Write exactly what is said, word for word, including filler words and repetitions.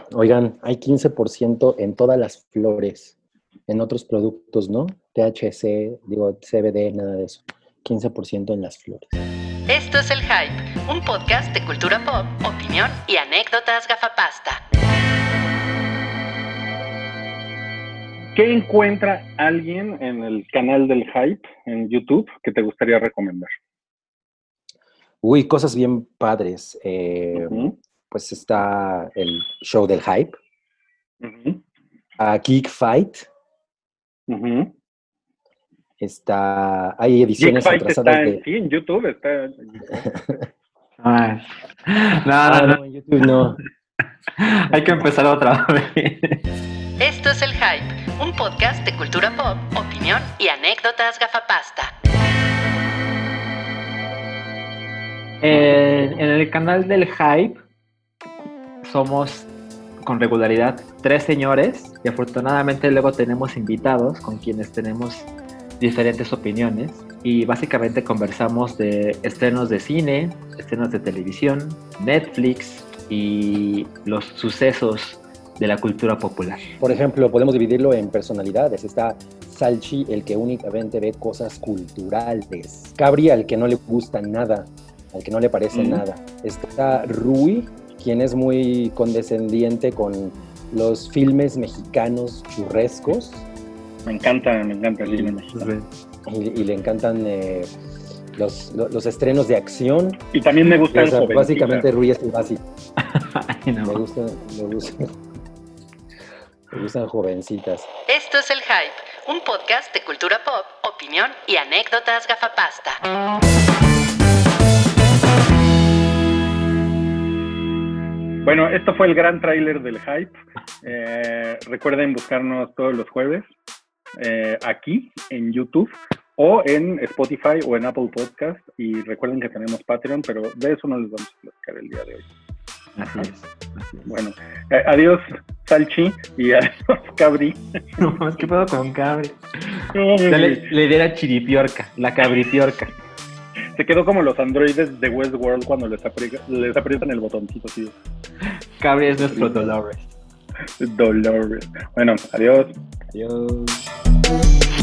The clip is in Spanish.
Oigan, hay quince por ciento en todas las flores, en otros productos, ¿no? T H C, digo, C B D, nada de eso. quince por ciento en las flores. Esto es El Hype, un podcast de cultura pop, opinión y anécdotas gafapasta. ¿Qué encuentra alguien en el canal del Hype en YouTube que te gustaría recomendar? Uy, cosas bien padres. Eh, Uh-huh. Pues está el show del Hype. Uh-huh. A Geek Fight. Uh-huh. Está, hay ediciones Geek Fight atrasadas está en, de... sí, en YouTube. Está... Ay. No, Ah, no, no, no. en YouTube no. Hay que empezar otra vez. Esto es El Hype, un podcast de cultura pop, opinión y anécdotas gafapasta. Eh, en el canal del Hype somos con regularidad tres señores y afortunadamente luego tenemos invitados con quienes tenemos diferentes opiniones y básicamente conversamos de estrenos de cine, estrenos de televisión, Netflix y los sucesos de la cultura popular. Por ejemplo, podemos dividirlo en personalidades. Está Salchi, el que únicamente ve cosas culturales. Cabri, al que no le gusta nada, al que no le parece mm. nada. Está Rui, quien es muy condescendiente con los filmes mexicanos churrescos. Me encanta, me encanta el cine mexicano. Y, y le encantan eh, los, los, los estrenos de acción. Y también me gustan o sea, jovencitas. Básicamente Rui es el básico. Ay, no. Me gustan, me gustan, me gustan jovencitas. Esto es El Hype, un podcast de cultura pop, opinión y anécdotas gafapasta. Bueno, esto fue el gran tráiler del Hype. Eh, recuerden buscarnos todos los jueves eh, aquí en YouTube o en Spotify o en Apple Podcast. Y recuerden que tenemos Patreon, pero de eso no les vamos a platicar el día de hoy. Así es. Así es. Bueno, eh, adiós Salchi y adiós Cabri. No, ¿qué pedo con Cabri? Le, le diera chiripiorca, la cabripiorca. Se quedó como los androides de Westworld cuando les, apri- les aprietan el botoncito, tío. Cabri es nuestro Dolores. Dolores. Bueno, adiós. Adiós.